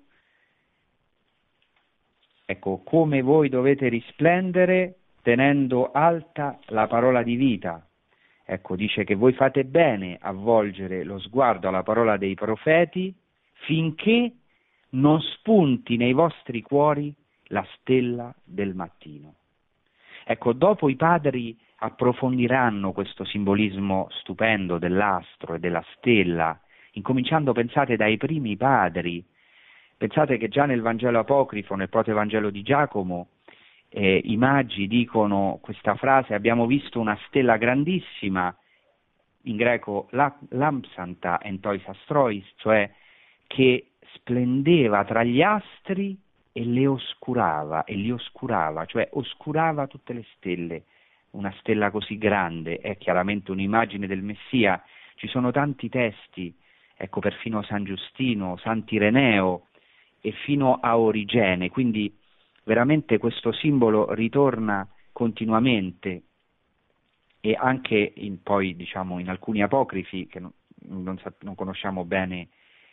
ecco, come voi dovete risplendere tenendo alta la parola di vita. Ecco, dice che voi fate bene a volgere lo sguardo alla parola dei profeti finché non spunti nei vostri cuori la stella del mattino. Ecco, dopo i padri approfondiranno questo simbolismo stupendo dell'astro e della stella, incominciando, pensate, dai primi padri. Pensate che già nel Vangelo apocrifo, nel protoevangelo di Giacomo, i magi dicono questa frase: abbiamo visto una stella grandissima, in greco lampsanta entois astrois, cioè che splendeva tra gli astri e li oscurava, cioè oscurava tutte le stelle. Una stella così grande è chiaramente un'immagine del Messia. Ci sono tanti testi, ecco, perfino San Giustino, Sant'Ireneo e fino a Origene, quindi veramente questo simbolo ritorna continuamente, e anche poi diciamo in alcuni apocrifi che non conosciamo bene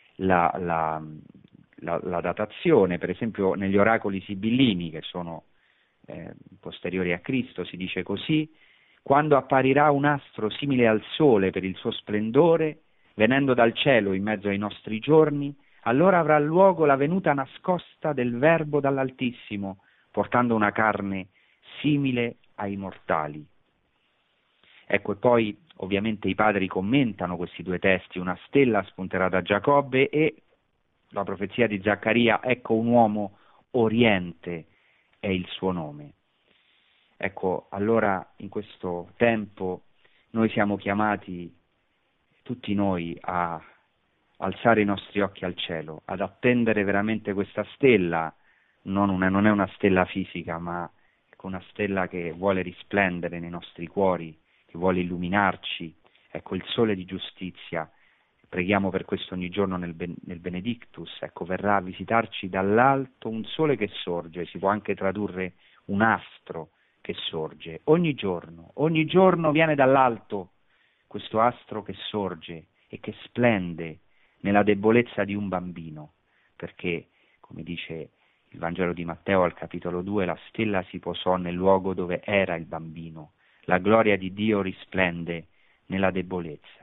la datazione. Per esempio negli oracoli sibillini, che sono posteriori a Cristo, si dice così: quando apparirà un astro simile al sole per il suo splendore, venendo dal cielo in mezzo ai nostri giorni, allora avrà luogo la venuta nascosta del Verbo dall'Altissimo, portando una carne simile ai mortali. Ecco, e poi ovviamente i padri commentano questi due testi: una stella spunterà da Giacobbe, e la profezia di Zaccaria: ecco un uomo oriente è il suo nome. Ecco, allora in questo tempo noi siamo chiamati, tutti noi, a alzare i nostri occhi al cielo, ad attendere veramente questa stella. Non è una stella fisica, ma ecco, una stella che vuole risplendere nei nostri cuori, che vuole illuminarci. Ecco, il sole di giustizia. Preghiamo per questo ogni giorno nel Benedictus. Ecco, verrà a visitarci dall'alto un sole che sorge. Si può anche tradurre un astro che sorge. Ogni giorno viene dall'alto questo astro che sorge e che splende nella debolezza di un bambino, perché, come dice il Vangelo di Matteo al capitolo 2, la stella si posò nel luogo dove era il bambino. La gloria di Dio risplende nella debolezza.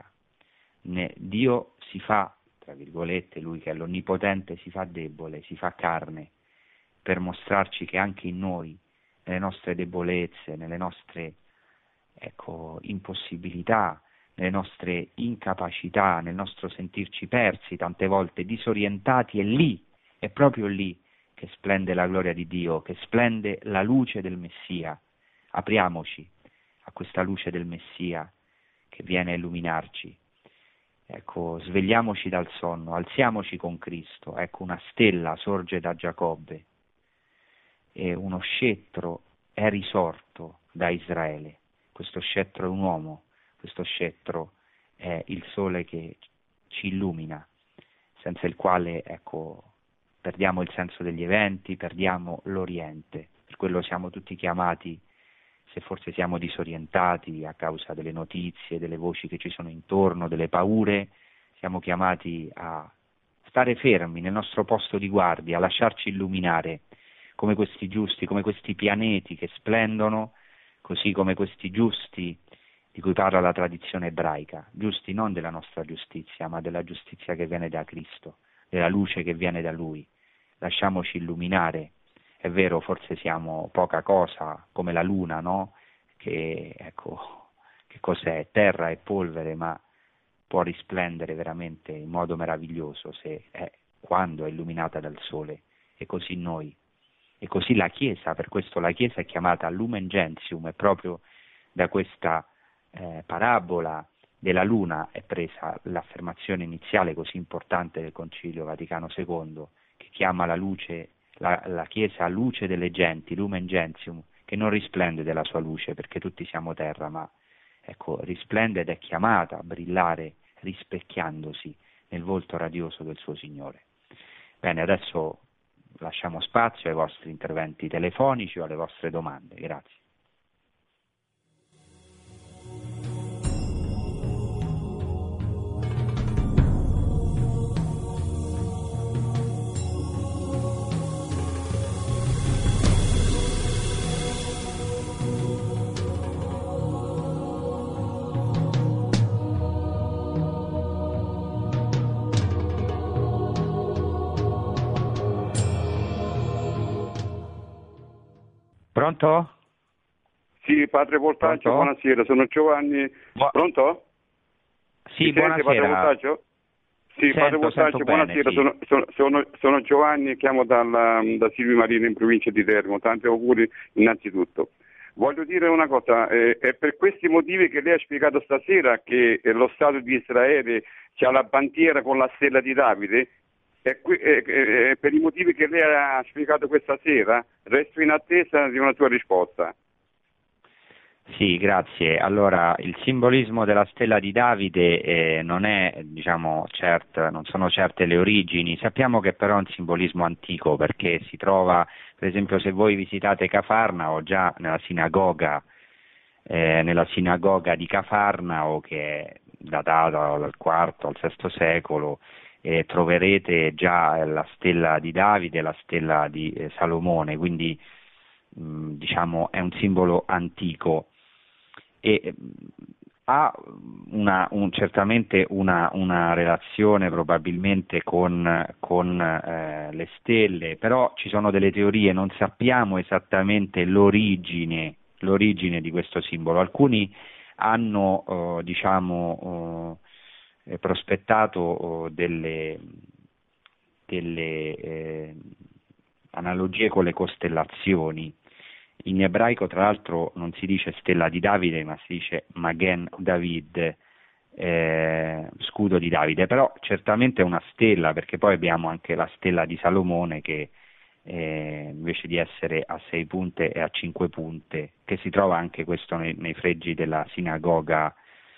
Dio si fa, tra virgolette, lui che è l'Onnipotente, si fa debole, si fa carne, per mostrarci che anche in noi, nelle nostre debolezze, nelle nostre impossibilità, nelle nostre incapacità, nel nostro sentirci persi, tante volte disorientati, è lì È proprio lì che splende la gloria di Dio, che splende la luce del Messia. Apriamoci a questa luce del Messia che viene a illuminarci. Ecco, svegliamoci dal sonno, alziamoci con Cristo. Ecco, una stella sorge da Giacobbe e uno scettro è risorto da Israele. Questo scettro è un uomo, questo scettro è il sole che ci illumina, senza il quale, ecco, perdiamo il senso degli eventi, perdiamo l'Oriente. Per quello siamo tutti chiamati, se forse siamo disorientati a causa delle notizie, delle voci che ci sono intorno, delle paure, siamo chiamati a stare fermi nel nostro posto di guardia, a lasciarci illuminare come questi giusti, come questi pianeti che splendono, così come questi giusti di cui parla la tradizione ebraica, giusti non della nostra giustizia, ma della giustizia che viene da Cristo, della luce che viene da Lui. Lasciamoci illuminare. È vero, forse siamo poca cosa, come la luna, no? Che, ecco, che cos'è? Terra e polvere, ma può risplendere veramente in modo meraviglioso quando è illuminata dal sole. E così noi. E così la Chiesa, per questo la Chiesa è chiamata Lumen Gentium, e proprio da questa parabola della luna è presa l'affermazione iniziale così importante del Concilio Vaticano II, che chiama la luce, la Chiesa luce delle genti, Lumen Gentium, che non risplende della sua luce perché tutti siamo terra, ma ecco, risplende ed è chiamata a brillare rispecchiandosi nel volto radioso del suo Signore. Bene, adesso lasciamo spazio ai vostri interventi telefonici o alle vostre domande. Grazie. Pronto? Sì, padre Voltaggio, buonasera, sono Giovanni. Pronto? Sì, Mi sente, padre Voltaggio? Sì, padre Voltaggio, buonasera, bene, sì. sono Giovanni, chiamo da Silvio Marino in provincia di Teramo, tanti auguri innanzitutto. Voglio dire una cosa, è per questi motivi che lei ha spiegato stasera che lo Stato di Israele c'ha la bandiera con la stella di Davide. Per i motivi che lei ha spiegato questa sera, resto in attesa di una sua risposta. Sì, grazie. Allora, il simbolismo della stella di Davide non è, diciamo, non sono certe le origini. Sappiamo che però è un simbolismo antico, perché si trova, per esempio, se voi visitate Cafarnao, già nella sinagoga di Cafarnao, che è datata dal IV al VI secolo, troverete già la stella di Davide e la stella di Salomone, quindi diciamo è un simbolo antico e ha certamente una relazione probabilmente con le stelle, però ci sono delle teorie, non sappiamo esattamente l'origine di questo simbolo. Alcuni hanno prospettato delle analogie con le costellazioni. In ebraico, tra l'altro, non si dice stella di Davide, ma si dice Magen David, scudo di Davide, però certamente è una stella, perché poi abbiamo anche la stella di Salomone che invece di essere a 6 punte è a 5 punte, che si trova anche questo nei freggi della sinagoga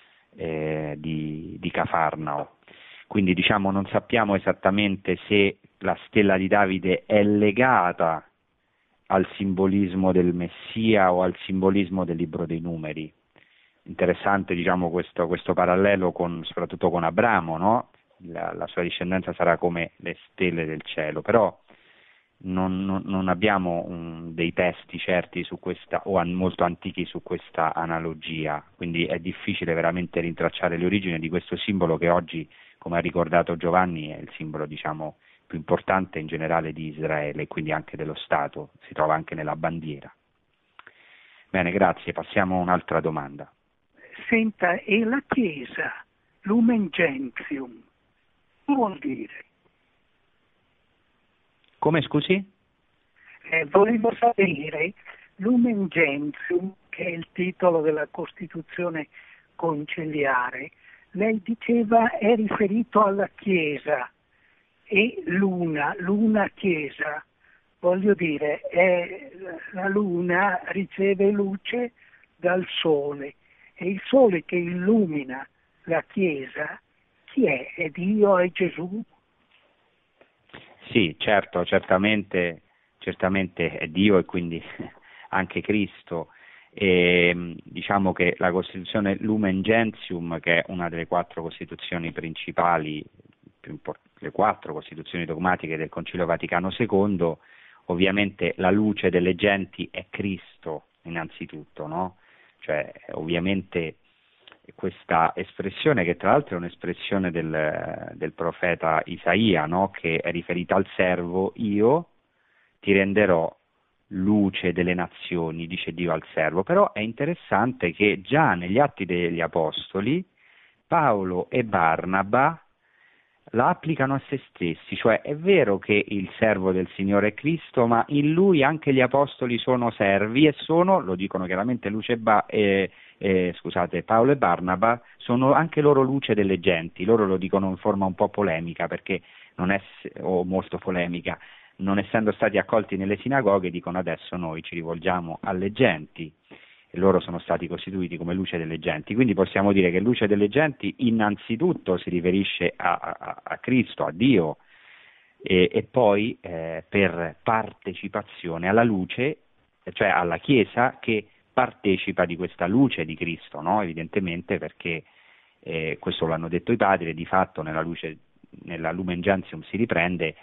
di Cafarnao. Quindi diciamo non sappiamo esattamente se la stella di Davide è legata al simbolismo del Messia o al simbolismo del libro dei numeri. Interessante, diciamo, questo parallelo soprattutto con Abramo, no? La sua discendenza sarà come le stelle del cielo, però non abbiamo dei testi certi su questa, o molto antichi su questa analogia, quindi è difficile veramente rintracciare le origini di questo simbolo che oggi, come ha ricordato Giovanni, è il simbolo, diciamo, più importante in generale di Israele e quindi anche dello Stato, si trova anche nella bandiera. Bene, grazie, passiamo a un'altra domanda. Senta, e la Chiesa, Lumen Gentium, che vuol dire? Come, scusi? Volevo sapere, Lumen Gentium, che è il titolo della Costituzione conciliare, lei diceva è riferito alla Chiesa, e luna Chiesa, voglio dire, la luna riceve luce dal sole, e il sole che illumina la Chiesa, chi è? È Dio, è Gesù? Sì, certo, certamente è Dio e quindi anche Cristo. E, diciamo che la Costituzione Lumen Gentium, che è una delle 4 Costituzioni principali, le 4 Costituzioni dogmatiche del Concilio Vaticano II, ovviamente la luce delle genti è Cristo innanzitutto, no? Cioè, ovviamente questa espressione, che tra l'altro è un'espressione del profeta Isaia, no? Che è riferita al servo: io ti renderò luce delle nazioni, dice Dio al servo. Però è interessante che già negli Atti degli Apostoli Paolo e Barnaba la applicano a se stessi, cioè è vero che il servo del Signore è Cristo, ma in lui anche gli apostoli sono servi e sono, lo dicono chiaramente Paolo e Barnaba, sono anche loro luce delle genti. Loro lo dicono in forma un po' polemica, perché o molto polemica, non essendo stati accolti nelle sinagoghe, dicono adesso noi ci rivolgiamo alle genti, e loro sono stati costituiti come luce delle genti. Quindi possiamo dire che luce delle genti innanzitutto si riferisce a Cristo, a Dio, e poi per partecipazione alla luce, cioè alla Chiesa che partecipa di questa luce di Cristo, no? Evidentemente, perché questo lo hanno detto i padri, e di fatto nella Lumen Gentium si riprende.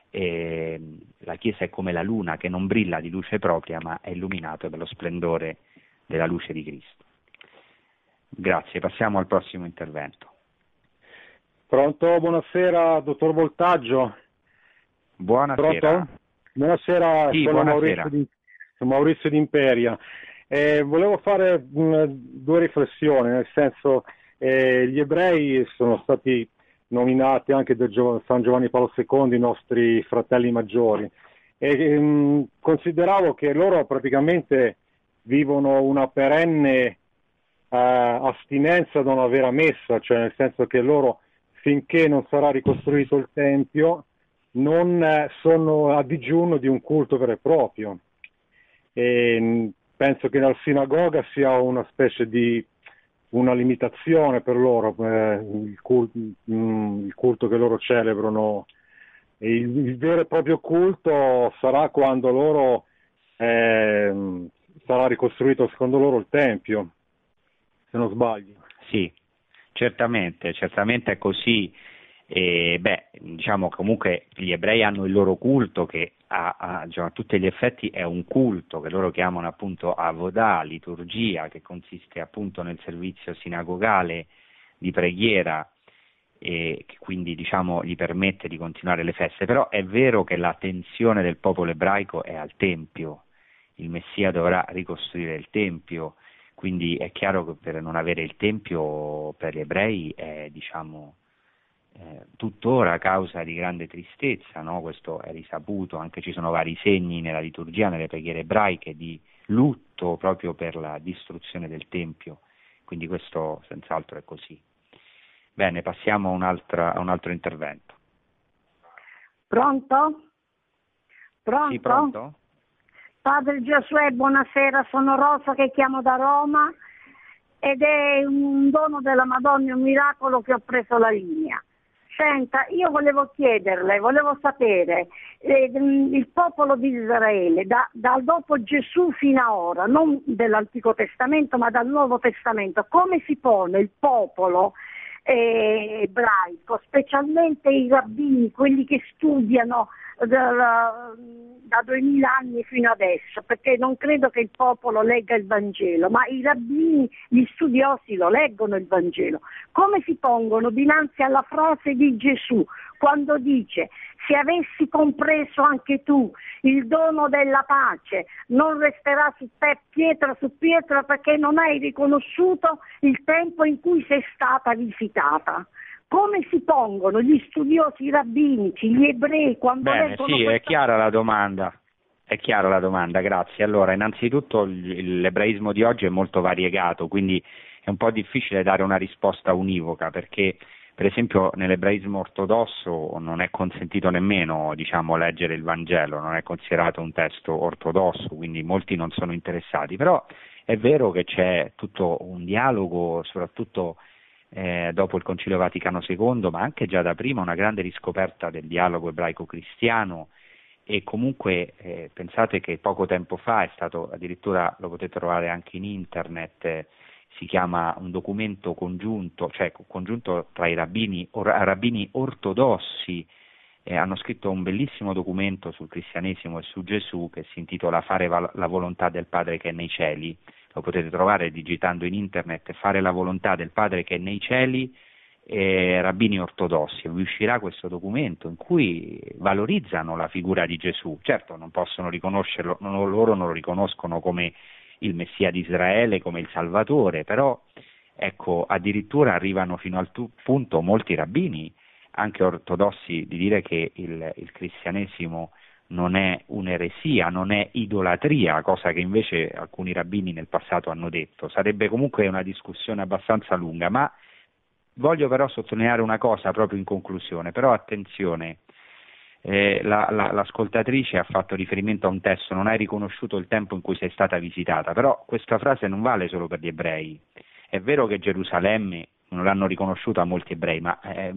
La Chiesa è come la luna che non brilla di luce propria, ma è illuminato dallo splendore della luce di Cristo. Grazie, passiamo al prossimo intervento. Pronto? Buonasera, dottor Voltaggio. Buonasera. Pronto? Buonasera, sì, sono buonasera. Maurizio d'Imperia. Volevo fare 2 riflessioni, nel senso, gli ebrei sono stati nominati anche da San Giovanni Paolo II i nostri fratelli maggiori, e consideravo che loro praticamente vivono una perenne astinenza da una vera messa, cioè nel senso che loro, finché non sarà ricostruito il Tempio, non sono a digiuno di un culto vero e proprio. E penso che la sinagoga sia una specie di una limitazione per loro, il culto che loro celebrano. E il vero e proprio culto sarà quando loro sarà ricostruito secondo loro il Tempio, se non sbaglio. Sì, certamente è così. Diciamo comunque gli ebrei hanno il loro culto, che a tutti gli effetti è un culto che loro chiamano appunto avodah, liturgia, che consiste appunto nel servizio sinagogale di preghiera, e che quindi diciamo gli permette di continuare le feste. Però è vero che l'attenzione del popolo ebraico è al Tempio. Il Messia dovrà ricostruire il Tempio, quindi è chiaro che per non avere il Tempio per gli ebrei è tuttora causa di grande tristezza, no? Questo è risaputo, anche ci sono vari segni nella liturgia, nelle preghiere ebraiche, di lutto proprio per la distruzione del Tempio, quindi questo senz'altro è così. Bene, passiamo a un altro intervento. Pronto? Sì, pronto? Padre Giosuè, buonasera, sono Rosa che chiamo da Roma, ed è un dono della Madonna, un miracolo che ho preso la linea. Senta, io volevo sapere, il popolo di Israele, dal dopo Gesù fino a ora, non dell'Antico Testamento ma dal Nuovo Testamento, come si pone il popolo ebraico, specialmente i rabbini, quelli che studiano da 2000 anni fino adesso, perché non credo che il popolo legga il Vangelo, ma i rabbini, gli studiosi lo leggono il Vangelo. Come si pongono dinanzi alla frase di Gesù quando dice: se avessi compreso anche tu il dono della pace, non resterà su te pietra su pietra, perché non hai riconosciuto il tempo in cui sei stata visitata. come si pongono gli studiosi rabbinici, gli ebrei quando Bene, leggono sì, questa... è chiara la domanda. È chiara la domanda, grazie. Allora, innanzitutto l'ebraismo di oggi è molto variegato, quindi è un po' difficile dare una risposta univoca, perché per esempio nell'ebraismo ortodosso non è consentito nemmeno, diciamo, leggere il Vangelo, non è considerato un testo ortodosso, quindi molti non sono interessati, però è vero che c'è tutto un dialogo, soprattutto dopo il Concilio Vaticano II, ma anche già da prima, una grande riscoperta del dialogo ebraico-cristiano. E comunque pensate che poco tempo fa è stato, addirittura lo potete trovare anche in internet, si chiama un documento congiunto, cioè congiunto tra i rabbini ortodossi, hanno scritto un bellissimo documento sul cristianesimo e su Gesù che si intitola Fare la volontà del Padre che è nei cieli. Lo potete trovare digitando in internet Fare la volontà del Padre che è nei cieli, rabbini ortodossi, vi uscirà questo documento in cui valorizzano la figura di Gesù. Certo, non possono riconoscerlo, loro non lo riconoscono come il Messia di Israele, come il Salvatore, però ecco, addirittura arrivano fino al punto molti rabbini, anche ortodossi, di dire che il cristianesimo non è un'eresia, non è idolatria, cosa che invece alcuni rabbini nel passato hanno detto. Sarebbe comunque una discussione abbastanza lunga, ma voglio però sottolineare una cosa proprio in conclusione, però attenzione, l'ascoltatrice ha fatto riferimento a un testo, non hai riconosciuto il tempo in cui sei stata visitata, però questa frase non vale solo per gli ebrei. È vero che Gerusalemme non l'hanno riconosciuta molti ebrei, ma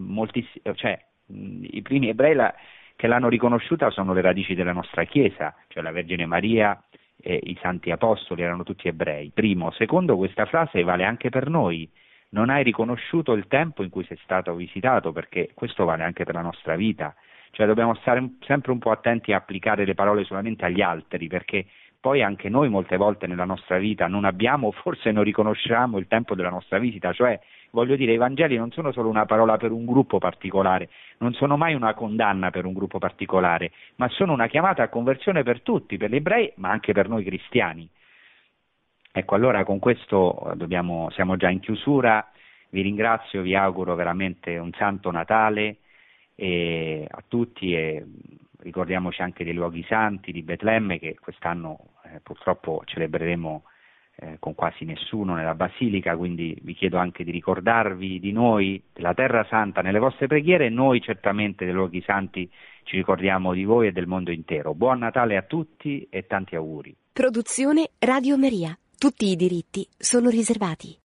i primi ebrei che l'hanno riconosciuta sono le radici della nostra Chiesa, cioè la Vergine Maria e i santi apostoli erano tutti ebrei. Primo. Secondo, questa frase vale anche per noi. Non hai riconosciuto il tempo in cui sei stato visitato, perché questo vale anche per la nostra vita. Cioè dobbiamo stare sempre un po' attenti a applicare le parole solamente agli altri, perché poi anche noi molte volte nella nostra vita non abbiamo, forse non riconosciamo il tempo della nostra visita. Cioè, voglio dire, i Vangeli non sono solo una parola per un gruppo particolare, non sono mai una condanna per un gruppo particolare, ma sono una chiamata a conversione per tutti, per gli ebrei, ma anche per noi cristiani. Ecco, allora con questo siamo già in chiusura, vi ringrazio, vi auguro veramente un santo Natale a tutti e ricordiamoci anche dei luoghi santi di Betlemme che quest'anno purtroppo celebreremo con quasi nessuno nella Basilica, quindi vi chiedo anche di ricordarvi di noi, della Terra Santa nelle vostre preghiere, e noi certamente dei luoghi santi ci ricordiamo di voi e del mondo intero. Buon Natale a tutti e tanti auguri. Produzione Radio Maria. Tutti i diritti sono riservati.